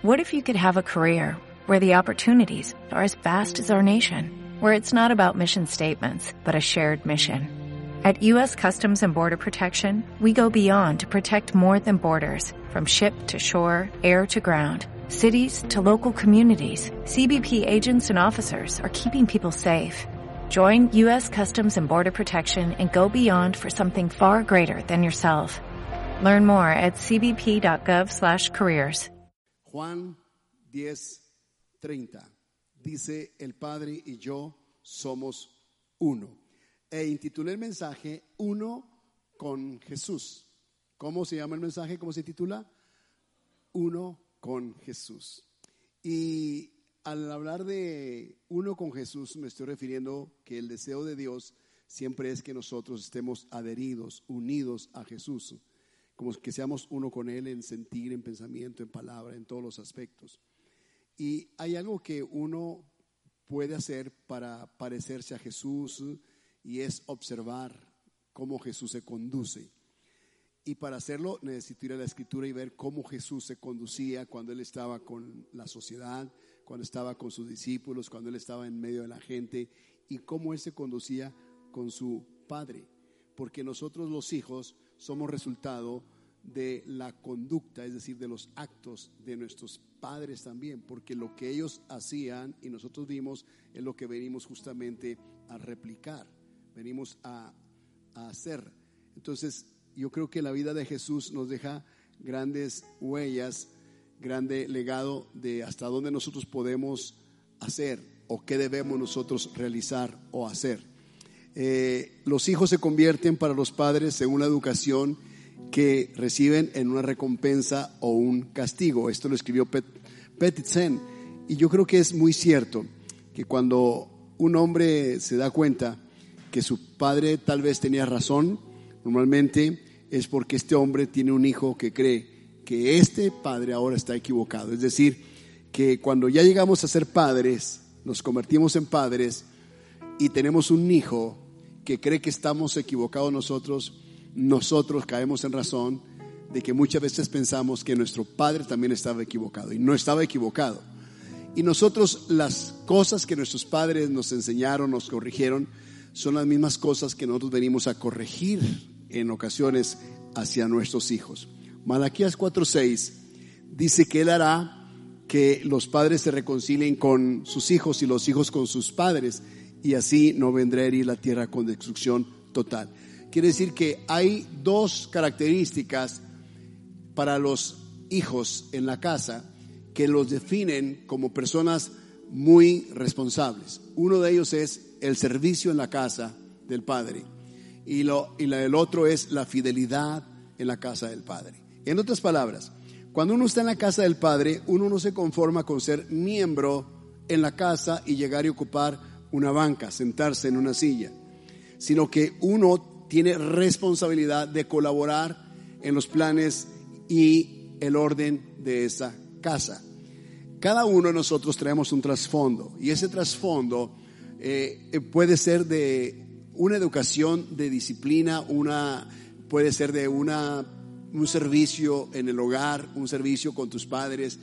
What if you could have a career where the opportunities are as vast as our nation, where it's not about mission statements, but a shared mission? At U.S. Customs and Border Protection, we go beyond to protect more than borders, from ship to shore, air to ground, cities to local communities. CBP agents and officers are keeping people safe. Join U.S. Customs and Border Protection and go beyond for something far greater than yourself. Learn more at cbp.gov/careers. Juan 10:30 dice: el Padre y yo somos uno. E intitulé el mensaje Uno con Jesús. ¿Cómo se llama el mensaje? ¿Cómo se titula? Uno con Jesús. Y al hablar de uno con Jesús me estoy refiriendo que el deseo de Dios siempre es que nosotros estemos adheridos, unidos a Jesús, como que seamos uno con Él en sentir, en pensamiento, en palabra, en todos los aspectos. Y hay algo que uno puede hacer para parecerse a Jesús, y es observar cómo Jesús se conduce. Y para hacerlo necesito ir a la Escritura y ver cómo Jesús se conducía cuando Él estaba con la sociedad, cuando estaba con sus discípulos, cuando Él estaba en medio de la gente, y cómo Él se conducía con su Padre. Porque nosotros los hijos somos resultado de la conducta, es decir, de los actos de nuestros padres también, porque lo que ellos hacían y nosotros vimos es lo que venimos justamente a replicar, venimos a hacer. Entonces yo creo que la vida de Jesús nos deja grandes huellas, grande legado de hasta dónde nosotros podemos hacer o qué debemos nosotros realizar o hacer. Los hijos se convierten para los padres según la educación que reciben en una recompensa o un castigo. Esto lo escribió Petitsen, y yo creo que es muy cierto que cuando un hombre se da cuenta que su padre tal vez tenía razón, normalmente es porque este hombre tiene un hijo que cree que este padre ahora está equivocado. Es decir, que cuando ya llegamos a ser padres, nos convertimos en padres y tenemos un hijo que cree que estamos equivocados nosotros caemos en razón de que muchas veces pensamos que nuestro padre también estaba equivocado, y no estaba equivocado. Y nosotros, las cosas que nuestros padres nos enseñaron, nos corrigieron, son las mismas cosas que nosotros venimos a corregir en ocasiones hacia nuestros hijos. Malaquías 4:6 dice que Él hará que los padres se reconcilien con sus hijos y los hijos con sus padres, y así no vendrá a herir la tierra con destrucción total. Quiere decir que hay dos características para los hijos en la casa que los definen como personas muy responsables. Uno de ellos es el servicio en la casa del padre, y el otro es la fidelidad en la casa del padre. En otras palabras, cuando uno está en la casa del padre, uno no se conforma con ser miembro en la casa y llegar y ocupar una banca, sentarse en una silla, sino que uno tiene responsabilidad de colaborar en los planes y el orden de esa casa. Cada uno de nosotros traemos un trasfondo, y ese trasfondo puede ser de una educación de disciplina, puede ser de un servicio en el hogar, un servicio con tus padres,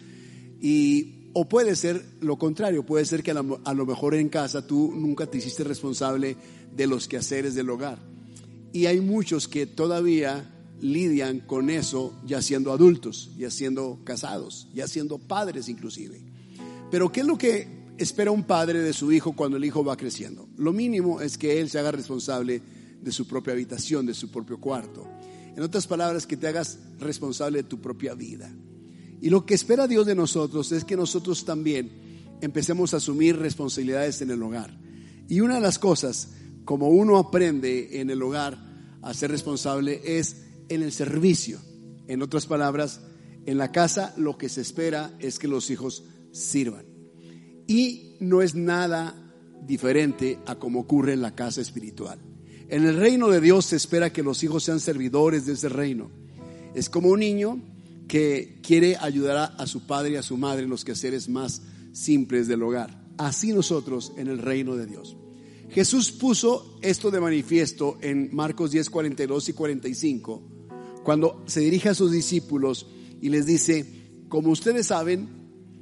o puede ser lo contrario. Puede ser que a lo mejor en casa tú nunca te hiciste responsable de los quehaceres del hogar. Y hay muchos que todavía lidian con eso ya siendo adultos, ya siendo casados, ya siendo padres inclusive. Pero ¿qué es lo que espera un padre de su hijo cuando el hijo va creciendo? Lo mínimo es que él se haga responsable de su propia habitación, de su propio cuarto. En otras palabras, que te hagas responsable de tu propia vida. Y lo que espera Dios de nosotros es que nosotros también empecemos a asumir responsabilidades en el hogar. Y una de las cosas, como uno aprende en el hogar a ser responsable, es en el servicio. En otras palabras, en la casa lo que se espera es que los hijos sirvan. Y no es nada diferente a como ocurre en la casa espiritual. En el reino de Dios se espera que los hijos sean servidores de ese reino. Es como un niño que quiere ayudar a su padre y a su madre en los quehaceres más simples del hogar. Así nosotros en el reino de Dios. Jesús puso esto de manifiesto en Marcos 10, 42 y 45, cuando se dirige a sus discípulos y les dice: como ustedes saben,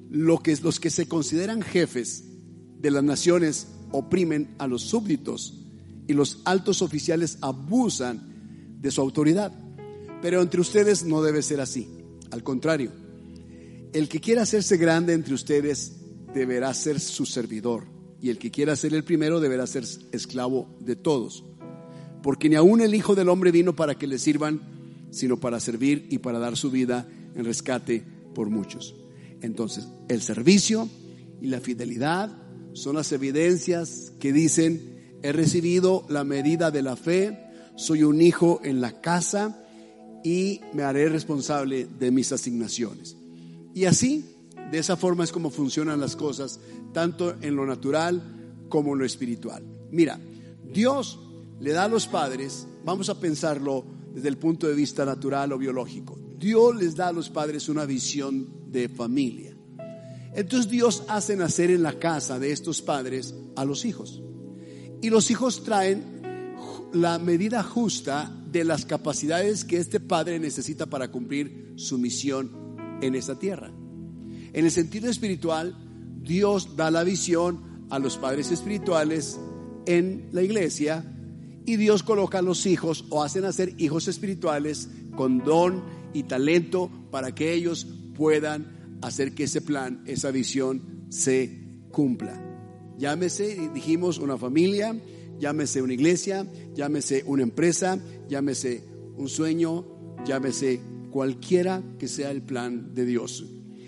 los que se consideran jefes de las naciones oprimen a los súbditos y los altos oficiales abusan de su autoridad. Pero entre ustedes no debe ser así. Al contrario, el que quiera hacerse grande entre ustedes deberá ser su servidor, y el que quiera ser el primero deberá ser esclavo de todos. Porque ni aun el Hijo del Hombre vino para que le sirvan, sino para servir y para dar su vida en rescate por muchos. Entonces, el servicio y la fidelidad son las evidencias que dicen: he recibido la medida de la fe, soy un hijo en la casa y me haré responsable de mis asignaciones. Y así, de esa forma es como funcionan las cosas, tanto en lo natural como en lo espiritual. Mira, Dios le da a los padres, vamos a pensarlo desde el punto de vista natural o biológico, Dios les da a los padres una visión de familia. Entonces Dios hace nacer en la casa de estos padres a los hijos, y los hijos traen la medida justa de las capacidades que este padre necesita para cumplir su misión en esta tierra. En el sentido espiritual, Dios da la visión a los padres espirituales en la iglesia, y Dios coloca a los hijos o hace nacer hijos espirituales con don y talento para que ellos puedan hacer que ese plan, esa visión se cumpla. Llámese, dijimos, una familia, llámese una iglesia, llámese una empresa, llámese un sueño, llámese cualquiera que sea el plan de Dios.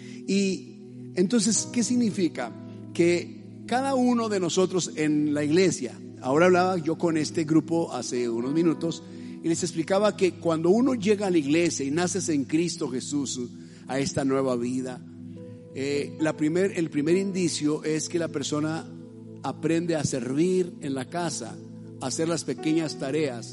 Y entonces, ¿qué significa? Que cada uno de nosotros en la iglesia, ahora hablaba yo con este grupo hace unos minutos y les explicaba que cuando uno llega a la iglesia y naces en Cristo Jesús, a esta nueva vida, el primer indicio es que la persona aprende a servir en la casa, a hacer las pequeñas tareas,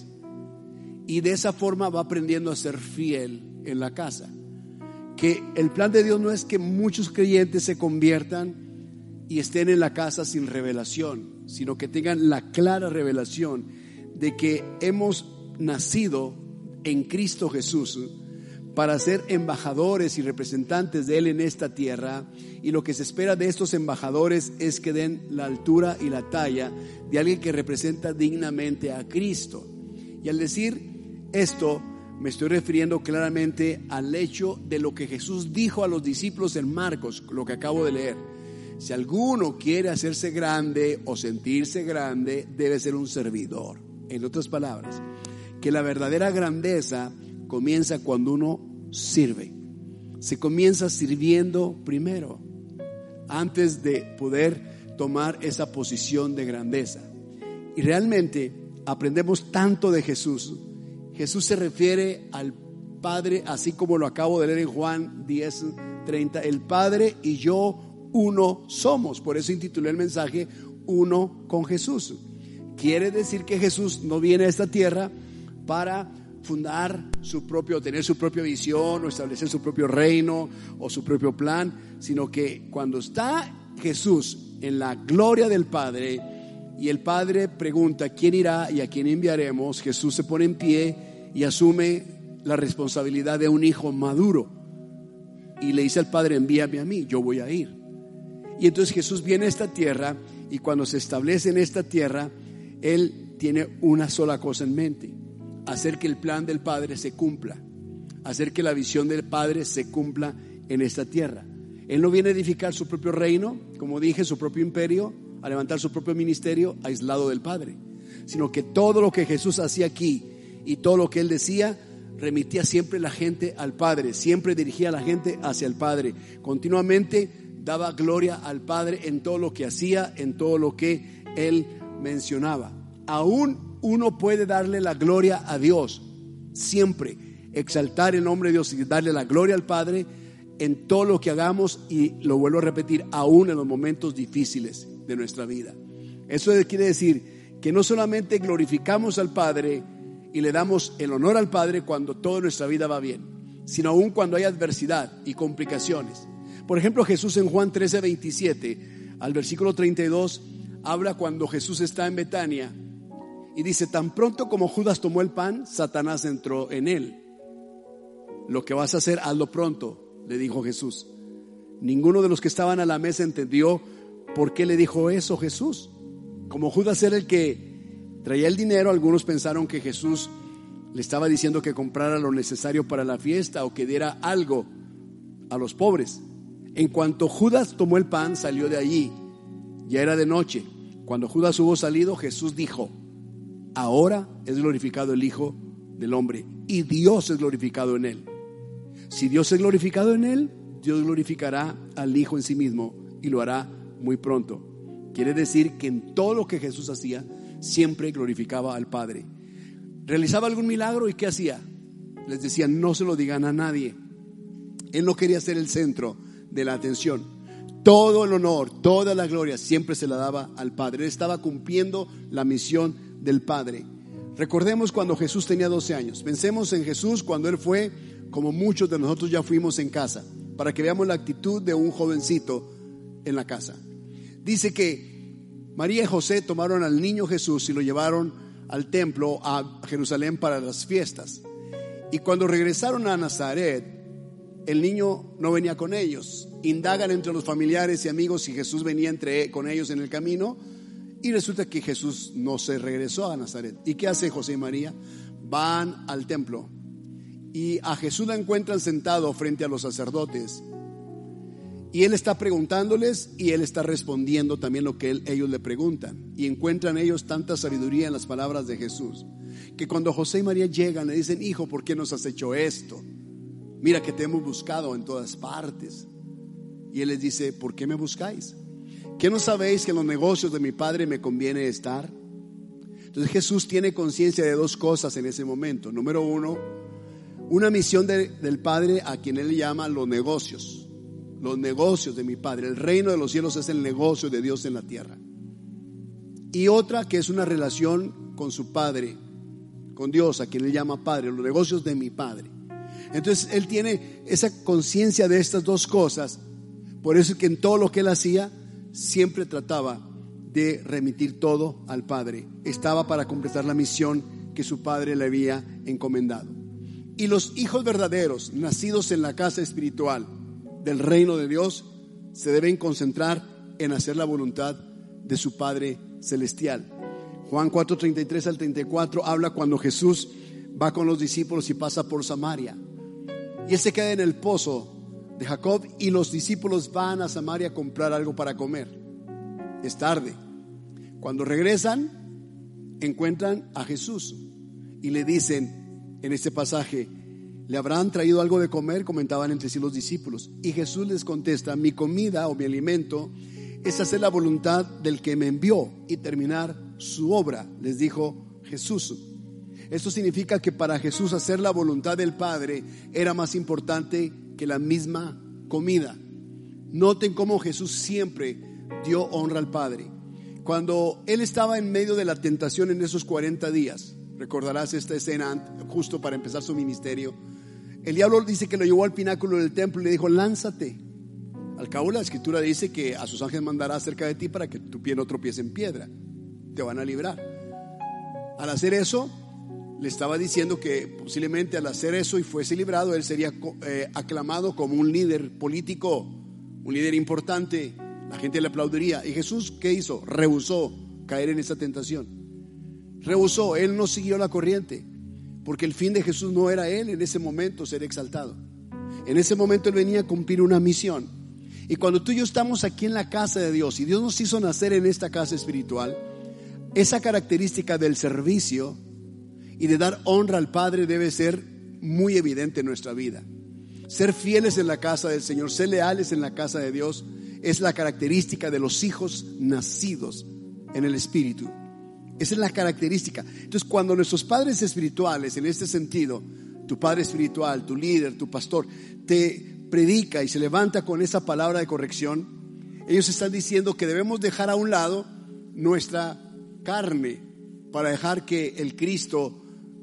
y de esa forma va aprendiendo a ser fiel en la casa. Que el plan de Dios no es que muchos creyentes se conviertan y estén en la casa sin revelación, sino que tengan la clara revelación de que hemos nacido en Cristo Jesús para ser embajadores y representantes de Él en esta tierra, y lo que se espera de estos embajadores es que den la altura y la talla de alguien que representa dignamente a Cristo. Y al decir esto, me estoy refiriendo claramente al hecho de lo que Jesús dijo a los discípulos en Marcos, lo que acabo de leer. Si alguno quiere hacerse grande o sentirse grande, debe ser un servidor. En otras palabras, que la verdadera grandeza comienza cuando uno sirve. Se comienza sirviendo primero, antes de poder tomar esa posición de grandeza. Y realmente aprendemos tanto de Jesús. Jesús se refiere al Padre, así como lo acabo de leer en Juan 10:30. El Padre y yo uno somos. Por eso intitulé el mensaje Uno con Jesús. Quiere decir que Jesús no viene a esta tierra para fundar tener su propia visión o establecer su propio reino o su propio plan, sino que cuando está Jesús en la gloria del Padre y el Padre pregunta quién irá y a quién enviaremos, Jesús se pone en pie y asume la responsabilidad de un hijo maduro y le dice al Padre: envíame a mí, yo voy a ir. Y entonces Jesús viene a esta tierra, y cuando se establece en esta tierra, Él tiene una sola cosa en mente: hacer que el plan del Padre se cumpla, hacer que la visión del Padre se cumpla en esta tierra. Él no viene a edificar su propio reino, como dije, su propio imperio, a levantar su propio ministerio aislado del Padre, sino que todo lo que Jesús hacía aquí y todo lo que Él decía remitía siempre la gente al Padre, siempre dirigía a la gente hacia el Padre, continuamente daba gloria al Padre en todo lo que hacía, en todo lo que Él mencionaba. Aún uno puede darle la gloria a Dios, siempre exaltar el nombre de Dios y darle la gloria al Padre en todo lo que hagamos, y lo vuelvo a repetir, aún en los momentos difíciles de nuestra vida. Eso quiere decir que no solamente glorificamos al Padre y le damos el honor al Padre cuando toda nuestra vida va bien, sino aún cuando hay adversidad y complicaciones. Por ejemplo, Jesús en Juan 13:27 al versículo 32 habla cuando Jesús está en Betania y dice: tan pronto como Judas tomó el pan, Satanás entró en él. Lo que vas a hacer, hazlo pronto, le dijo Jesús. Ninguno de los que estaban a la mesa entendió por qué le dijo eso Jesús. Como Judas era el que traía el dinero, algunos pensaron que Jesús le estaba diciendo que comprara lo necesario para la fiesta o que diera algo a los pobres. En cuanto Judas tomó el pan, salió de allí. Ya era de noche. Cuando Judas hubo salido, Jesús dijo: ahora es glorificado el Hijo del Hombre y Dios es glorificado en él. Si Dios es glorificado en él, Dios glorificará al Hijo en sí mismo y lo hará muy pronto. Quiere decir que en todo lo que Jesús hacía, siempre glorificaba al Padre. Realizaba algún milagro y ¿qué hacía? Les decía: no se lo digan a nadie. Él no quería ser el centro de la atención. Todo el honor, toda la gloria siempre se la daba al Padre. Él estaba cumpliendo la misión del Padre. Recordemos cuando Jesús tenía 12 años. Pensemos en Jesús cuando Él fue, como muchos de nosotros ya fuimos en casa, para que veamos la actitud de un jovencito en la casa. Dice que María y José tomaron al niño Jesús y lo llevaron al templo a Jerusalén para las fiestas. Y cuando regresaron a Nazaret, el niño no venía con ellos. Indagan entre los familiares y amigos si Jesús venía con ellos en el camino, y resulta que Jesús no se regresó a Nazaret. ¿Y qué hace José y María? Van al templo y a Jesús la encuentran sentado frente a los sacerdotes, y Él está preguntándoles y Él está respondiendo también lo que ellos le preguntan, y encuentran ellos tanta sabiduría en las palabras de Jesús que cuando José y María llegan le dicen: hijo, ¿por qué nos has hecho esto? Mira que te hemos buscado en todas partes. Y Él les dice: ¿por qué me buscáis? ¿Qué no sabéis que en los negocios de mi Padre me conviene estar? Entonces Jesús tiene conciencia de dos cosas en ese momento. Número uno, una misión del Padre a quien Él llama los negocios de mi Padre. El reino de los cielos es el negocio de Dios en la tierra. Y otra que es una relación con su Padre, con Dios, a quien Él llama Padre, los negocios de mi Padre. Entonces Él tiene esa conciencia de estas dos cosas. Por eso es que en todo lo que Él hacía siempre trataba de remitir todo al Padre. Estaba para completar la misión que su Padre le había encomendado. Y los hijos verdaderos, nacidos en la casa espiritual del reino de Dios, se deben concentrar en hacer la voluntad de su Padre celestial. Juan 4:33 al 34 habla cuando Jesús va con los discípulos y pasa por Samaria. Y Él se queda en el pozo de Jacob y los discípulos van a Samaria a comprar algo para comer. Es tarde. Cuando regresan, encuentran a Jesús y le dicen en este pasaje: ¿le habrán traído algo de comer? Comentaban entre sí los discípulos. Y Jesús les contesta: mi comida o mi alimento es hacer la voluntad del que me envió y terminar su obra, les dijo Jesús. Esto significa que para Jesús hacer la voluntad del Padre era más importante que la misma comida. Noten cómo Jesús siempre dio honra al Padre. Cuando Él estaba en medio de la tentación en esos 40 días, recordarás esta escena justo para empezar su ministerio. El diablo dice que lo llevó al pináculo del templo y le dijo: lánzate. Al cabo la escritura dice que a sus ángeles mandará cerca de ti para que tu pie no tropiece en piedra. Te van a librar. Al hacer eso, le estaba diciendo que posiblemente al hacer eso y fuese librado, él sería aclamado como un líder político, un líder importante. La gente le aplaudiría. ¿Y Jesús qué hizo? Rehusó caer en esa tentación. Rehusó. Él no siguió la corriente, porque el fin de Jesús no era Él en ese momento ser exaltado. En ese momento Él venía a cumplir una misión. Y cuando tú y yo estamos aquí en la casa de Dios y Dios nos hizo nacer en esta casa espiritual, esa característica del servicio y de dar honra al Padre debe ser muy evidente en nuestra vida. Ser fieles en la casa del Señor, ser leales en la casa de Dios, es la característica de los hijos nacidos en el Espíritu. Esa es la característica. Entonces, cuando nuestros padres espirituales, en este sentido, tu padre espiritual, tu líder, tu pastor, te predica y se levanta con esa palabra de corrección, ellos están diciendo que debemos dejar a un lado nuestra carne para dejar que el Cristo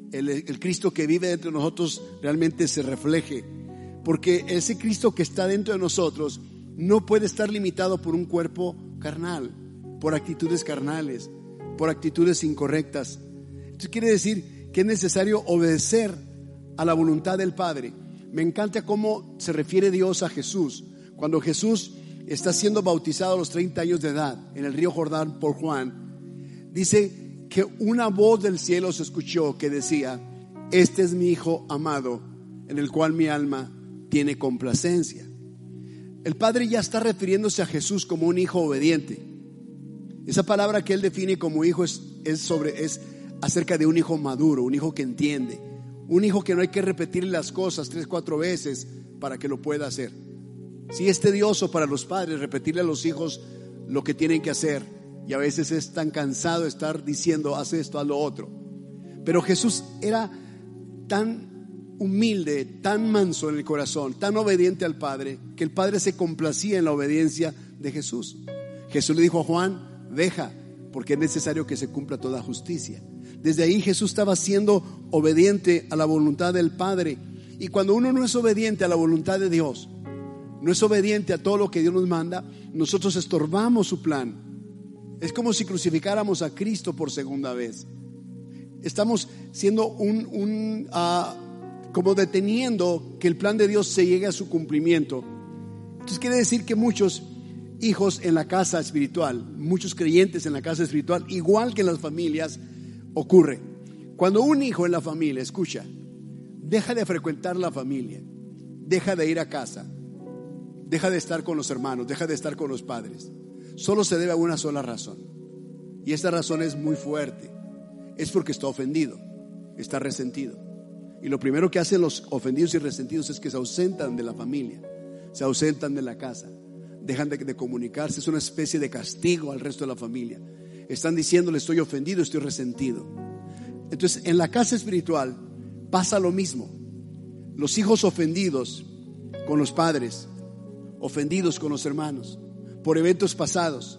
que vive dentro de nosotros realmente se refleje. Porque ese Cristo que está dentro de nosotros no puede estar limitado por un cuerpo carnal, por actitudes carnales, por actitudes incorrectas. Esto quiere decir que es necesario obedecer a la voluntad del Padre. Me encanta cómo se refiere Dios a Jesús Cuando Jesús está siendo bautizado a los 30 años de edad en el río Jordán por Juan, dice que una voz del cielo se escuchó que decía: este es mi Hijo amado, en el cual mi alma tiene complacencia. El Padre ya está refiriéndose a Jesús como un hijo obediente. Esa palabra que Él define como hijo es acerca de un hijo maduro, un hijo que entiende, un hijo que no hay que repetirle las cosas 3-4 veces para que lo pueda hacer. Sí, es tedioso para los padres repetirle a los hijos lo que tienen que hacer, y a veces es tan cansado de estar diciendo: haz esto, haz lo otro. Pero Jesús era tan humilde, tan manso en el corazón, tan obediente al Padre, que el Padre se complacía en la obediencia de Jesús. Jesús le dijo a Juan: deja, porque es necesario que se cumpla toda justicia. Desde ahí Jesús estaba siendo obediente a la voluntad del Padre. Y cuando uno no es obediente a la voluntad de Dios, no es obediente a todo lo que Dios nos manda, nosotros estorbamos su plan. Es como si crucificáramos a Cristo por segunda vez. Estamos siendo como deteniendo que el plan de Dios se llegue a su cumplimiento. Entonces quiere decir que muchos hijos en la casa espiritual, muchos creyentes en la casa espiritual, igual que en las familias, ocurre. Cuando un hijo en la familia, escucha, deja de frecuentar la familia, deja de ir a casa, deja de estar con los hermanos, deja de estar con los padres, solo se debe a una sola razón. Y esta razón es muy fuerte. Es porque está ofendido, está resentido. Y lo primero que hacen los ofendidos y resentidos es que se ausentan de la familia, se ausentan de la casa, dejan de comunicarse. Es una especie de castigo al resto de la familia. Están diciéndole: estoy ofendido, estoy resentido. Entonces en la casa espiritual pasa lo mismo. Los hijos ofendidos con los padres, ofendidos con los hermanos por eventos pasados,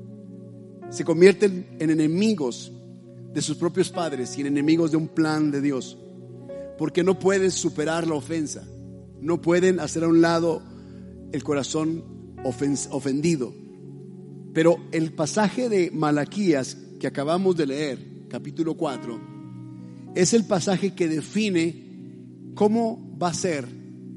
se convierten en enemigos de sus propios padres y en enemigos de un plan de Dios, porque no pueden superar la ofensa, no pueden hacer a un lado el corazón ofendido. Pero el pasaje de Malaquías que acabamos de leer, capítulo 4, es el pasaje que define cómo va a ser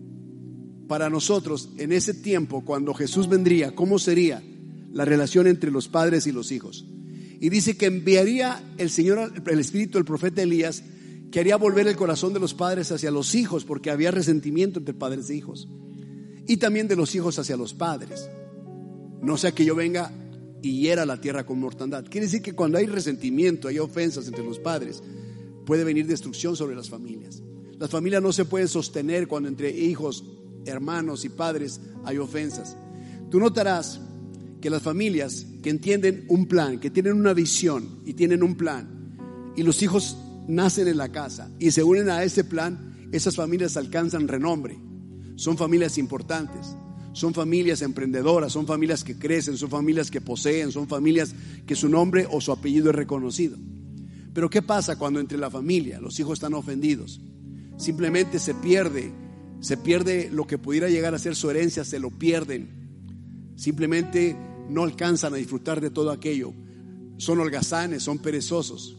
para nosotros en ese tiempo cuando Jesús vendría, cómo sería la relación entre los padres y los hijos. Y dice que enviaría el Señor, el Espíritu del profeta Elías, que haría volver el corazón de los padres hacia los hijos, porque había resentimiento entre padres e hijos, y también de los hijos hacia los padres. No sea que yo venga y hiera la tierra con mortandad. Quiere decir que cuando hay resentimiento, hay ofensas entre los padres, puede venir destrucción sobre las familias. Las familias no se pueden sostener cuando entre hijos, hermanos y padres hay ofensas. Tú notarás que las familias que entienden un plan, que tienen una visión y tienen un plan, y los hijos nacen en la casa y se unen a ese plan, esas familias alcanzan renombre. Son familias importantes, son familias emprendedoras, son familias que crecen, son familias que poseen, son familias que su nombre o su apellido es reconocido. Pero ¿qué pasa cuando entre la familia los hijos están ofendidos? Simplemente se pierde lo que pudiera llegar a ser su herencia, se lo pierden. Simplemente no alcanzan a disfrutar de todo aquello. Son holgazanes, son perezosos.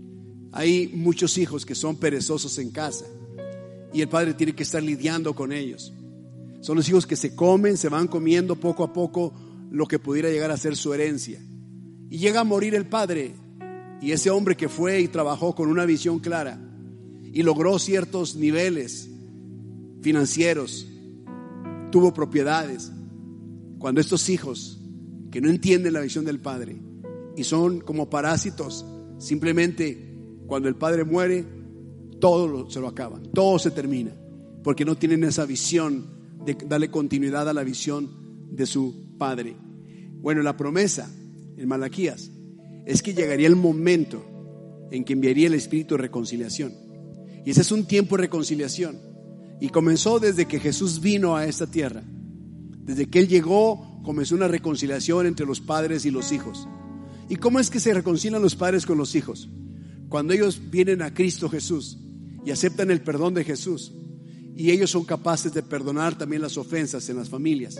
Hay muchos hijos que son perezosos en casa y el padre tiene que estar lidiando con ellos. Son los hijos que se van comiendo poco a poco lo que pudiera llegar a ser su herencia. Y llega a morir el padre, y ese hombre que fue y trabajó con una visión clara y logró ciertos niveles financieros, tuvo propiedades. Cuando estos hijos que no entienden la visión del padre y son como parásitos, simplemente cuando el padre muere, todo se lo acaban, todo se termina, porque no tienen esa visión de darle continuidad a la visión de su padre. Bueno, la promesa en Malaquías es que llegaría el momento en que enviaría el Espíritu de reconciliación, y ese es un tiempo de reconciliación, y comenzó desde que Jesús vino a esta tierra. Desde que Él llegó, comenzó una reconciliación entre los padres y los hijos. ¿Y cómo es que se reconcilian los padres con los hijos? Cuando ellos vienen a Cristo Jesús y aceptan el perdón de Jesús, y ellos son capaces de perdonar también las ofensas en las familias.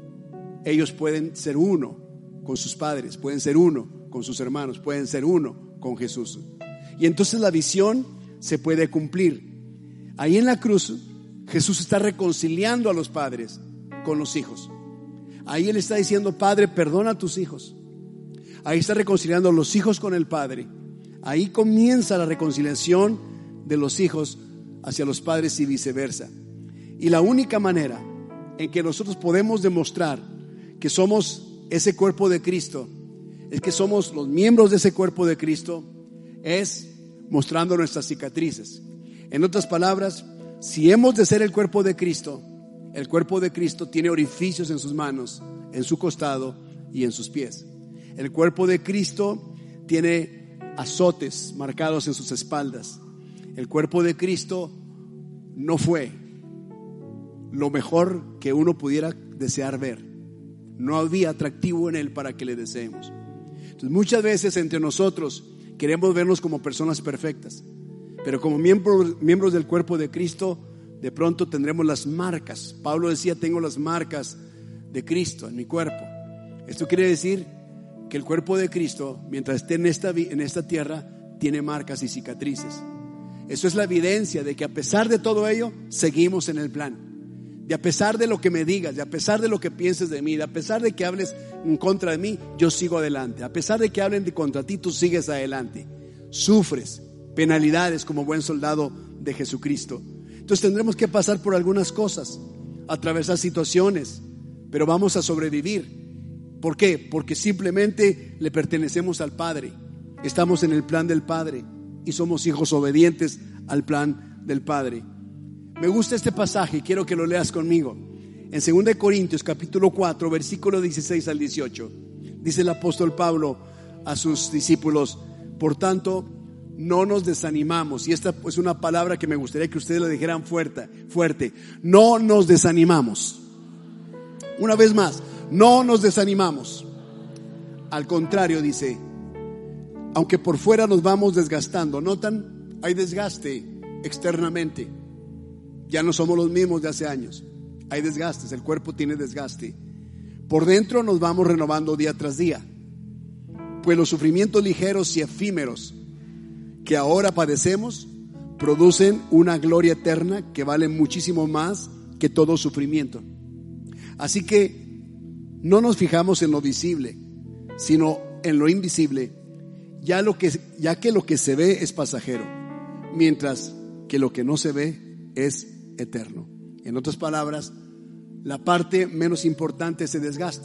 Ellos pueden ser uno con sus padres, pueden ser uno con sus hermanos, pueden ser uno con Jesús. Y entonces la visión se puede cumplir. Ahí en la cruz Jesús está reconciliando a los padres con los hijos. Ahí Él está diciendo: Padre, perdona a tus hijos. Ahí está reconciliando a los hijos con el Padre. Ahí comienza la reconciliación de los hijos hacia los padres y viceversa. Y la única manera en que nosotros podemos demostrar que somos ese cuerpo de Cristo, es que somos los miembros de ese cuerpo de Cristo, es mostrando nuestras cicatrices. En otras palabras, si hemos de ser el cuerpo de Cristo tiene orificios en sus manos, en su costado y en sus pies. El cuerpo de Cristo tiene azotes marcados en sus espaldas. El cuerpo de Cristo no fue lo mejor que uno pudiera desear ver. No había atractivo en él para que le deseemos. Entonces, muchas veces entre nosotros queremos vernos como personas perfectas, pero como miembros del cuerpo de Cristo, de pronto tendremos las marcas. Pablo decía: tengo las marcas de Cristo en mi cuerpo. Esto quiere decir que el cuerpo de Cristo, mientras esté en esta tierra, tiene marcas y cicatrices. Eso es la evidencia de que a pesar de todo ello, seguimos en el plan. De a pesar de lo que me digas, de a pesar de lo que pienses de mí, de a pesar de que hables en contra de mí, yo sigo adelante. A pesar de que hablen contra ti, tú sigues adelante. Sufres penalidades como buen soldado de Jesucristo. Entonces tendremos que pasar por algunas cosas, atravesar situaciones, pero vamos a sobrevivir. ¿Por qué? Porque simplemente le pertenecemos al Padre. Estamos en el plan del Padre y somos hijos obedientes al plan del Padre. Me gusta este pasaje y quiero que lo leas conmigo. En 2 Corintios capítulo 4, versículo 16 al 18, dice el apóstol Pablo a sus discípulos: por tanto, no nos desanimamos. Y esta es una palabra que me gustaría que ustedes la dijeran fuerte. No nos desanimamos. Una vez más, no nos desanimamos. Al contrario, dice, aunque por fuera nos vamos desgastando. ¿Notan? Hay desgaste externamente. Ya no somos los mismos de hace años. Hay desgastes, el cuerpo tiene desgaste. Por dentro nos vamos renovando día tras día. Pues los sufrimientos ligeros y efímeros que ahora padecemos producen una gloria eterna que vale muchísimo más que todo sufrimiento. Así que no nos fijamos en lo visible, sino en lo invisible, ya que lo que se ve es pasajero, mientras que lo que no se ve es eterno. En otras palabras, la parte menos importante se desgasta,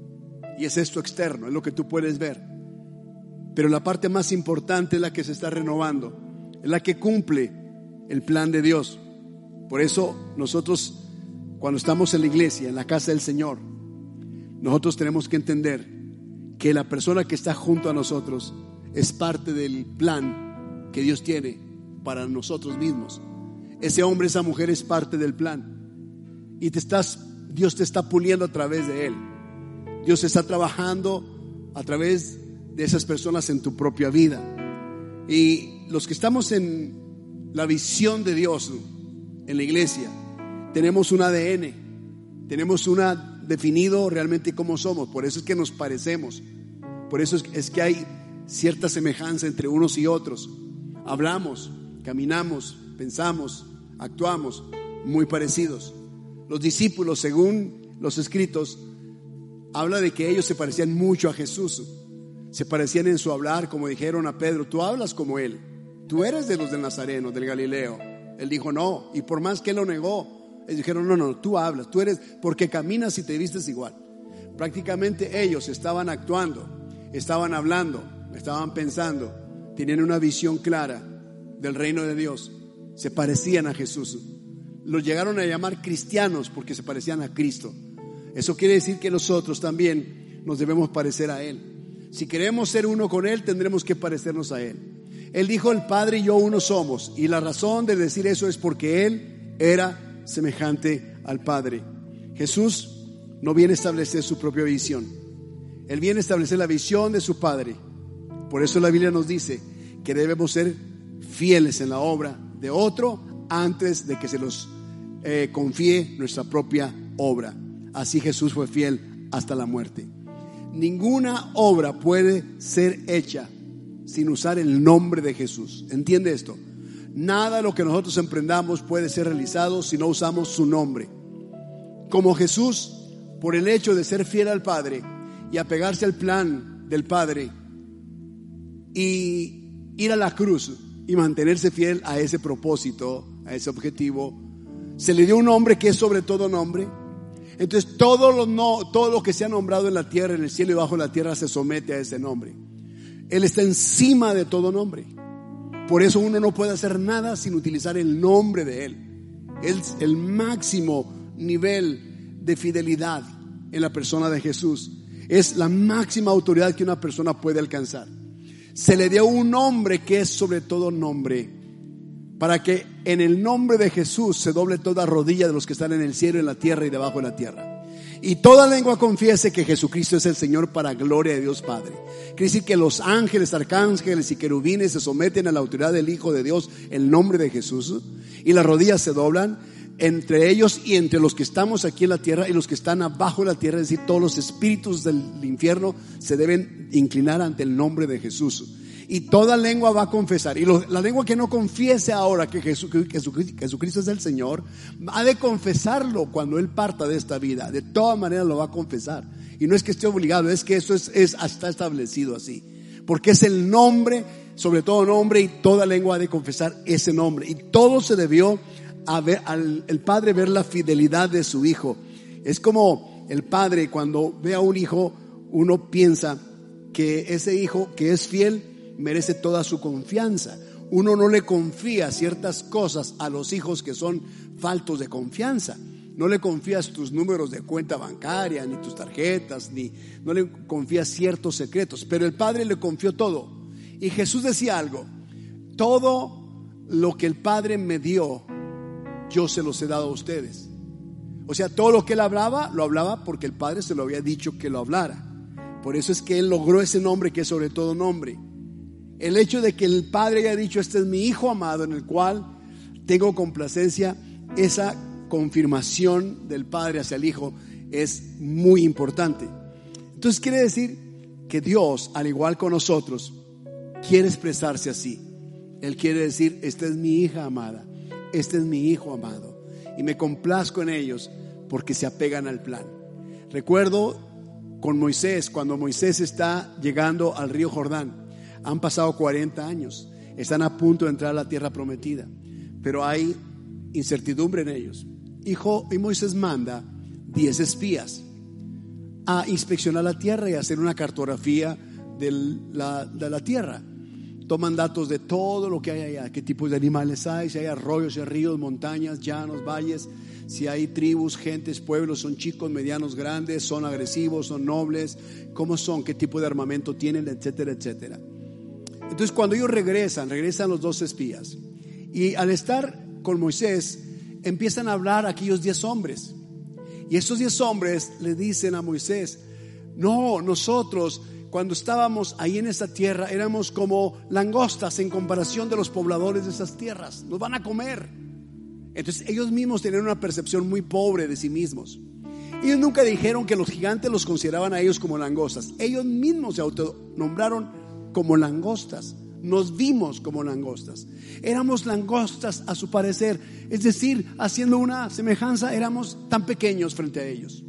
y es esto externo, es lo que tú puedes ver. Pero la parte más importante es la que se está renovando, es la que cumple el plan de Dios. Por eso nosotros, cuando estamos en la iglesia, en la casa del Señor, nosotros tenemos que entender que la persona que está junto a nosotros es parte del plan que Dios tiene para nosotros mismos. Ese hombre, esa mujer es parte del plan. Y Dios te está puliendo a través de él. Dios está trabajando a través de esas personas en tu propia vida. Y los que estamos en la visión de Dios en la iglesia, tenemos un ADN, tenemos definido realmente cómo somos. Por eso es que nos parecemos. Por eso es que hay cierta semejanza entre unos y otros. Hablamos, caminamos, pensamos, actuamos muy parecidos. Los discípulos, según los escritos, habla de que ellos se parecían mucho a Jesús. Se parecían en su hablar, como dijeron a Pedro: tú hablas como él, tú eres de los del Nazareno, del Galileo. Él dijo no, y por más que él lo negó, ellos dijeron no, tú hablas, tú eres, porque caminas y te vistes igual. Prácticamente ellos estaban actuando, estaban hablando, estaban pensando, tenían una visión clara del reino de Dios, se parecían a Jesús. Los llegaron a llamar cristianos porque se parecían a Cristo. Eso quiere decir que nosotros también nos debemos parecer a Él. Si queremos ser uno con Él, tendremos que parecernos a Él. Él dijo: el Padre y yo uno somos. Y la razón de decir eso es porque Él era semejante al Padre. Jesús no viene a establecer su propia visión. Él viene a establecer la visión de su Padre. Por eso la Biblia nos dice que debemos ser fieles en la obra de otro antes de que se nos confíe nuestra propia obra. Así Jesús fue fiel hasta la muerte. Ninguna obra puede ser hecha sin usar el nombre de Jesús. ¿Entiende esto? Nada de lo que nosotros emprendamos puede ser realizado si no usamos su nombre. Como Jesús por el hecho de ser fiel al Padre y apegarse al plan del Padre y ir a la cruz y mantenerse fiel a ese propósito, a ese objetivo, se le dio un nombre que es sobre todo nombre. Entonces todo lo que se ha nombrado en la tierra, en el cielo y bajo la tierra se somete a ese nombre. Él está encima de todo nombre. Por eso uno no puede hacer nada sin utilizar el nombre de Él. Es el máximo nivel de fidelidad en la persona de Jesús. Es la máxima autoridad que una persona puede alcanzar. Se le dio un nombre que es sobre todo nombre, para que en el nombre de Jesús se doble toda rodilla de los que están en el cielo, en la tierra y debajo de la tierra, y toda lengua confiese que Jesucristo es el Señor, para gloria de Dios Padre. Quiere decir que los ángeles, arcángeles y querubines se someten a la autoridad del Hijo de Dios, el nombre de Jesús, y las rodillas se doblan entre ellos y entre los que estamos aquí en la tierra y los que están abajo de la tierra. Es decir, todos los espíritus del infierno se deben inclinar ante el nombre de Jesús. Y toda lengua va a confesar. Y la lengua que no confiese ahora que Jesucristo es el Señor, ha de confesarlo cuando Él parta de esta vida. De todas maneras lo va a confesar. Y no es que esté obligado, es que eso está establecido así. Porque es el nombre, sobre todo nombre, y toda lengua ha de confesar ese nombre. Y todo se debió a ver, el Padre ver la fidelidad de su Hijo. Es como el Padre cuando ve a un hijo, uno piensa que ese hijo que es fiel merece toda su confianza. Uno no le confía ciertas cosas a los hijos que son faltos de confianza. No le confías tus números de cuenta bancaria, ni tus tarjetas, no le confías ciertos secretos. Pero el Padre le confió todo. Y Jesús decía algo: todo lo que el Padre me dio, yo se los he dado a ustedes. O sea, todo lo que Él hablaba, lo hablaba porque el Padre se lo había dicho que lo hablara. Por eso es que Él logró ese nombre que es sobre todo nombre. El hecho de que el Padre haya dicho: este es mi Hijo amado en el cual tengo complacencia, esa confirmación del Padre hacia el Hijo es muy importante. Entonces quiere decir que Dios, al igual con nosotros, quiere expresarse así. Él quiere decir: esta es mi hija amada, este es mi hijo amado, y me complazco en ellos porque se apegan al plan. Recuerdo con Moisés, cuando Moisés está llegando al río Jordán. Han pasado 40 años, están a punto de entrar a la tierra prometida, pero hay incertidumbre en ellos. Y Moisés manda 10 espías a inspeccionar la tierra y hacer una cartografía de la tierra. Toman datos de todo lo que hay allá, qué tipos de animales hay, si hay arroyos, si hay ríos, montañas, llanos, valles, si hay tribus, gentes, pueblos, son chicos, medianos, grandes, son agresivos, son nobles, cómo son, qué tipo de armamento tienen, etcétera, etcétera. Entonces cuando ellos regresan los 2 espías, y al estar con Moisés empiezan a hablar a aquellos 10 hombres, y esos 10 hombres le dicen a Moisés: no, nosotros cuando estábamos ahí en esa tierra éramos como langostas en comparación de los pobladores de esas tierras, nos van a comer. Entonces ellos mismos tenían una percepción muy pobre de sí mismos. Ellos nunca dijeron que los gigantes los consideraban a ellos como langostas. Ellos mismos se autonombraron como langostas. Nos vimos como langostas. Éramos langostas a su parecer. Es decir, haciendo una semejanza, éramos tan pequeños frente a ellos.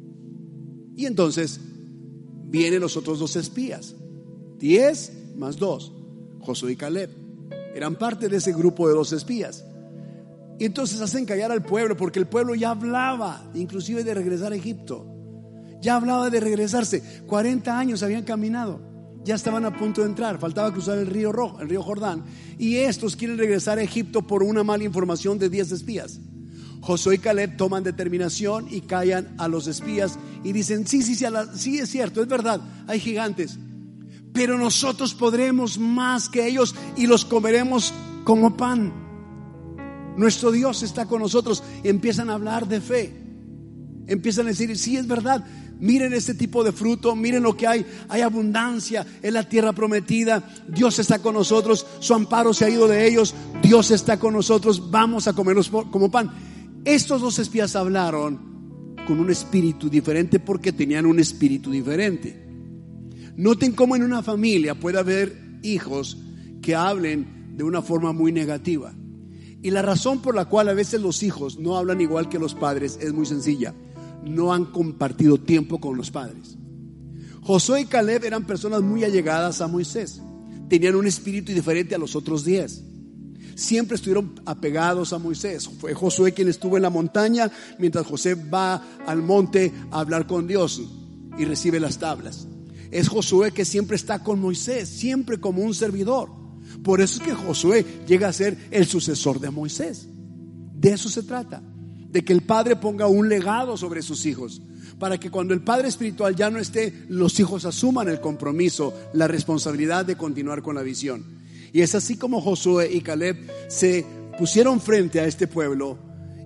Y entonces vienen los otros 2 espías, 10 más 2, Josué y Caleb. Eran parte de ese grupo de 2 espías. Y entonces hacen callar al pueblo, porque el pueblo ya hablaba inclusive de regresar a Egipto. Ya hablaba de regresarse. 40 años habían caminado, ya estaban a punto de entrar, faltaba cruzar el río Jordán, y estos quieren regresar a Egipto por una mala información de 10 espías. Josué y Caleb toman determinación y callan a los espías y dicen: sí, es cierto, es verdad, hay gigantes, pero nosotros podremos más que ellos y los comeremos como pan. Nuestro Dios está con nosotros. Y empiezan a hablar de fe, empiezan a decir: sí, es verdad, miren este tipo de fruto, miren lo que hay abundancia en la tierra prometida, Dios está con nosotros, su amparo se ha ido de ellos, Dios está con nosotros, vamos a comerlos como pan. Estos 2 espías hablaron con un espíritu diferente porque tenían un espíritu diferente. Noten cómo en una familia puede haber hijos que hablen de una forma muy negativa. Y la razón por la cual a veces los hijos no hablan igual que los padres es muy sencilla. no han compartido tiempo con los padres. Josué y Caleb eran personas muy allegadas a Moisés. Tenían un espíritu diferente a los otros 10. Siempre estuvieron apegados a Moisés. Fue Josué quien estuvo en la montaña, mientras José va al monte a hablar con Dios y recibe las tablas. Es Josué que siempre está con Moisés, siempre como un servidor. Por eso es que Josué llega a ser el sucesor de Moisés. De eso se trata, de que el padre ponga un legado sobre sus hijos, para que cuando el padre espiritual ya no esté, los hijos asuman el compromiso, la responsabilidad de continuar con la visión. Y es así como Josué y Caleb se pusieron frente a este pueblo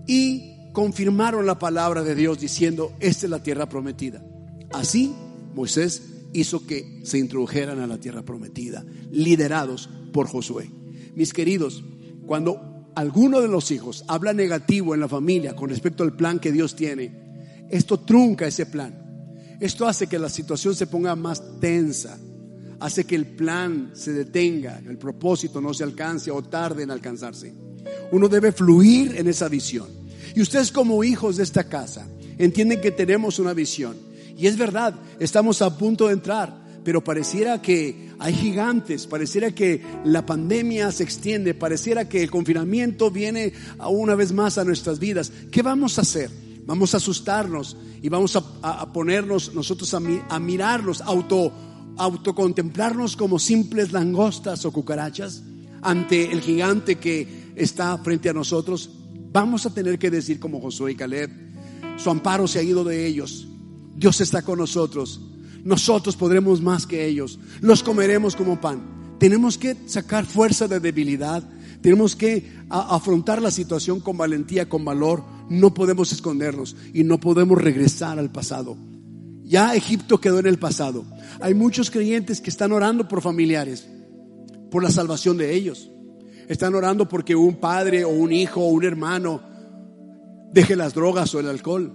y confirmaron la palabra de Dios diciendo: esta es la tierra prometida. Así Moisés hizo que se introdujeran a la tierra prometida, liderados por Josué. Mis queridos, cuando alguno de los hijos habla negativo en la familia con respecto al plan que Dios tiene, esto trunca ese plan. Esto hace que la situación se ponga más tensa, hace que el plan se detenga, el propósito no se alcance o tarde en alcanzarse. Uno debe fluir en esa visión. Y ustedes, como hijos de esta casa, entienden que tenemos una visión. Y es verdad, estamos a punto de entrar, pero pareciera que hay gigantes, pareciera que la pandemia se extiende, pareciera que el confinamiento viene una vez más a nuestras vidas. ¿Qué vamos a hacer? Vamos a asustarnos y vamos a ponernos nosotros a mirarnos, autocontemplarnos como simples langostas o cucarachas ante el gigante que está frente a nosotros. Vamos a tener que decir como Josué y Caleb: su amparo se ha ido de ellos, Dios está con nosotros, nosotros podremos más que ellos, los comeremos como pan. Tenemos que sacar fuerza de debilidad, tenemos que afrontar la situación con valentía, con valor. No podemos escondernos y no podemos regresar al pasado. Ya Egipto quedó en el pasado. Hay muchos creyentes que están orando por familiares, por la salvación de ellos. Están orando porque un padre o un hijo o un hermano deje las drogas o el alcohol.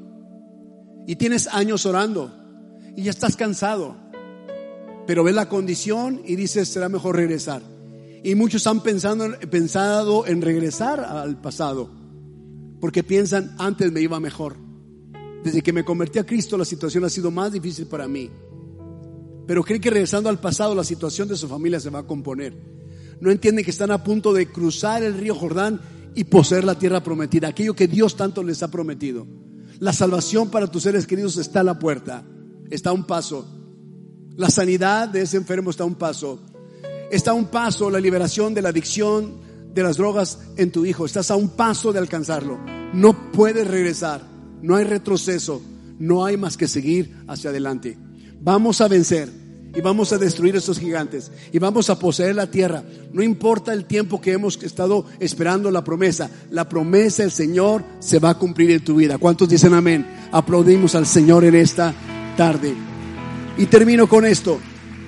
Y tienes años orando y ya estás cansado, pero ves la condición y dices: será mejor regresar. Y muchos han pensado en regresar al pasado, porque piensan: antes me iba mejor. Desde que me convertí a Cristo, la situación ha sido más difícil para mí. Pero creen que regresando al pasado, la situación de su familia se va a componer. No entienden que están a punto de cruzar el río Jordán y poseer la tierra prometida, aquello que Dios tanto les ha prometido. La salvación para tus seres queridos está a la puerta, está a un paso. La sanidad de ese enfermo está a un paso. Está a un paso la liberación de la adicción de las drogas en tu hijo. Estás a un paso de alcanzarlo. No puedes regresar, no hay retroceso, no hay más que seguir hacia adelante. Vamos a vencer y vamos a destruir esos gigantes y vamos a poseer la tierra. No importa el tiempo que hemos estado esperando la promesa del Señor se va a cumplir en tu vida. ¿Cuántos dicen amén? Aplaudimos al Señor en esta tarde. Y termino con esto.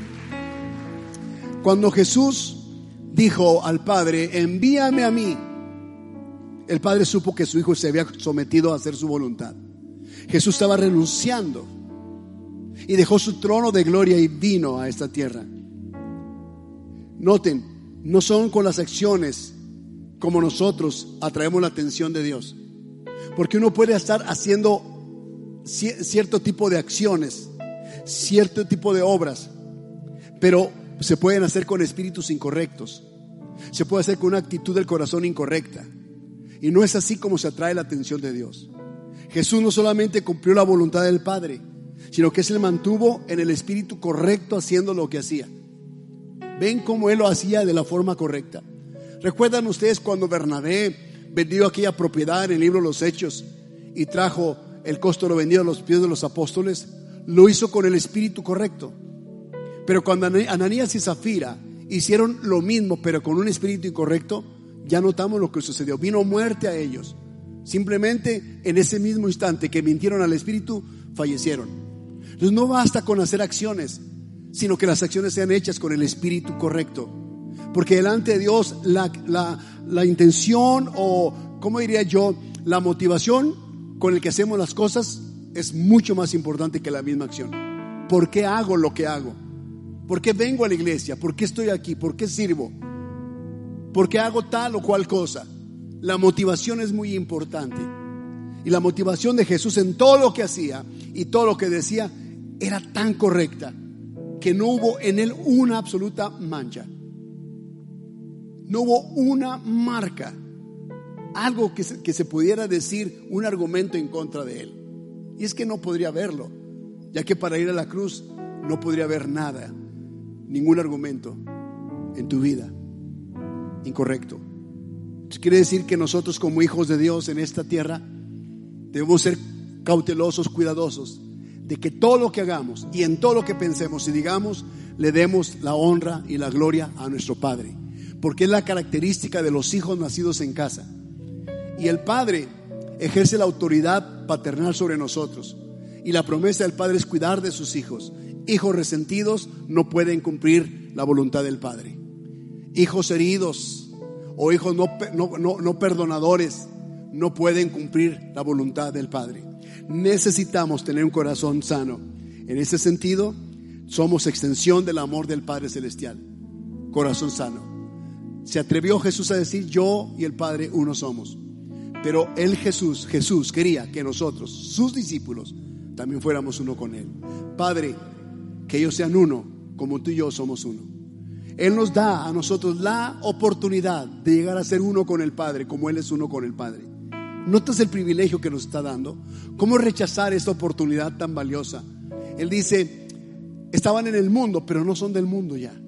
Cuando Jesús dijo al Padre: envíame a mí, el Padre supo que su Hijo se había sometido a hacer su voluntad. Jesús estaba renunciando y dejó su trono de gloria y vino a esta tierra. Noten, no son con las acciones como nosotros atraemos la atención de Dios, porque uno puede estar haciendo cierto tipo de acciones, cierto tipo de obras, pero se pueden hacer con espíritus incorrectos, se puede hacer con una actitud del corazón incorrecta, y no es así como se atrae la atención de Dios. Jesús no solamente cumplió la voluntad del Padre, sino que se mantuvo en el espíritu correcto haciendo lo que hacía. Ven cómo Él lo hacía de la forma correcta. ¿Recuerdan ustedes cuando Bernabé vendió aquella propiedad en el libro de los Hechos y trajo el costo de lo vendido a los pies de los apóstoles? Lo hizo con el espíritu correcto. Pero cuando Ananías y Zafira hicieron lo mismo pero con un espíritu incorrecto, ya notamos lo que sucedió. Vino muerte a ellos. Simplemente en ese mismo instante que mintieron al espíritu, fallecieron. Entonces no basta con hacer acciones, sino que las acciones sean hechas con el espíritu correcto. Porque delante de Dios la intención, o ¿cómo diría yo? La motivación con el que hacemos las cosas es mucho más importante que la misma acción. ¿Por qué hago lo que hago? ¿Por qué vengo a la iglesia? ¿Por qué estoy aquí? ¿Por qué sirvo? ¿Por qué hago tal o cual cosa? La motivación es muy importante. Y la motivación de Jesús en todo lo que hacía y todo lo que decía era tan correcta que no hubo en él una absoluta mancha. No hubo una marca, algo que se pudiera decir, un argumento en contra de él. Y es que no podría haberlo, ya que para ir a la cruz no podría haber nada, ningún argumento en tu vida incorrecto. Entonces quiere decir que nosotros, como hijos de Dios en esta tierra, debemos ser cautelosos, cuidadosos de que todo lo que hagamos y en todo lo que pensemos y digamos, le demos la honra y la gloria a nuestro Padre, porque es la característica de los hijos nacidos en casa. Y el Padre ejerce la autoridad paternal sobre nosotros, y la promesa del Padre es cuidar de sus hijos. Hijos resentidos no pueden cumplir la voluntad del Padre. Hijos heridos o hijos no perdonadores no pueden cumplir la voluntad del Padre. Necesitamos tener un corazón sano. En ese sentido, somos extensión del amor del Padre Celestial. Corazón sano. Se atrevió Jesús a decir: yo y el Padre uno somos. Pero Jesús quería que nosotros, sus discípulos, también fuéramos uno con Él. Padre, que ellos sean uno, como tú y yo somos uno. Él nos da a nosotros la oportunidad de llegar a ser uno con el Padre, como Él es uno con el Padre. ¿Notas el privilegio que nos está dando? ¿Cómo rechazar esta oportunidad tan valiosa? Él dice: estaban en el mundo, pero no son del mundo ya.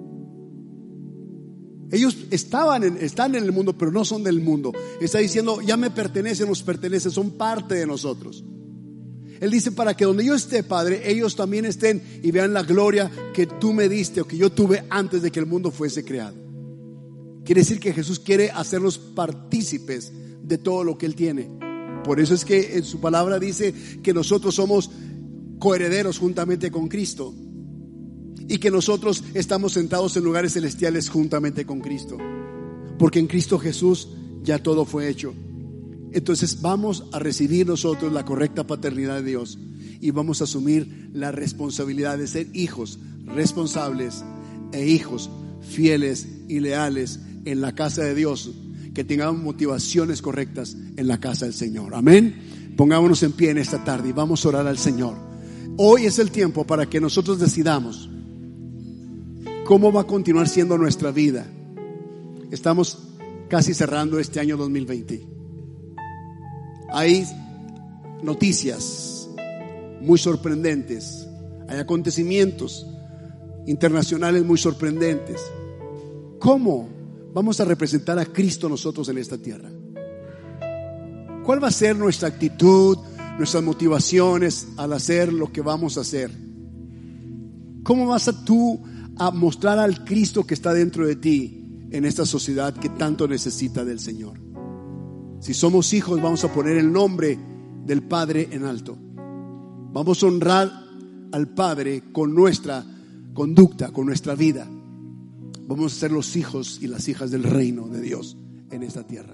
Ellos están en el mundo, pero no son del mundo. Está diciendo: ya me pertenecen, nos pertenecen, son parte de nosotros. Él dice: para que donde yo esté, Padre, ellos también estén y vean la gloria que tú me diste o que yo tuve antes de que el mundo fuese creado. Quiere decir que Jesús quiere hacernos partícipes de todo lo que Él tiene. Por eso es que en su palabra dice que nosotros somos coherederos juntamente con Cristo, y que nosotros estamos sentados en lugares celestiales juntamente con Cristo, porque en Cristo Jesús ya todo fue hecho. Entonces vamos a recibir nosotros la correcta paternidad de Dios y vamos a asumir la responsabilidad de ser hijos responsables e hijos fieles y leales en la casa de Dios, que tengamos motivaciones correctas en la casa del Señor. Amén. Pongámonos en pie en esta tarde y vamos a orar al Señor. Hoy es el tiempo para que nosotros decidamos cómo va a continuar siendo nuestra vida. Estamos casi cerrando este año 2020. Hay noticias muy sorprendentes, hay acontecimientos internacionales muy sorprendentes. ¿Cómo vamos a representar a Cristo nosotros en esta tierra? ¿Cuál va a ser nuestra actitud, nuestras motivaciones al hacer lo que vamos a hacer? ¿Cómo vas tú a mostrar al Cristo que está dentro de ti en esta sociedad que tanto necesita del Señor? Si somos hijos, vamos a poner el nombre del Padre en alto. Vamos a honrar al Padre con nuestra conducta, con nuestra vida. Vamos a ser los hijos y las hijas del reino de Dios en esta tierra.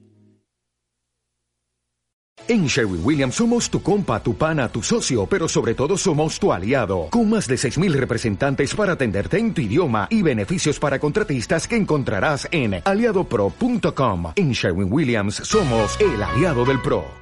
En Sherwin-Williams somos tu compa, tu pana, tu socio, pero sobre todo somos tu aliado. Con más de 6,000 representantes para atenderte en tu idioma y beneficios para contratistas que encontrarás en aliadopro.com. En Sherwin-Williams somos el aliado del pro.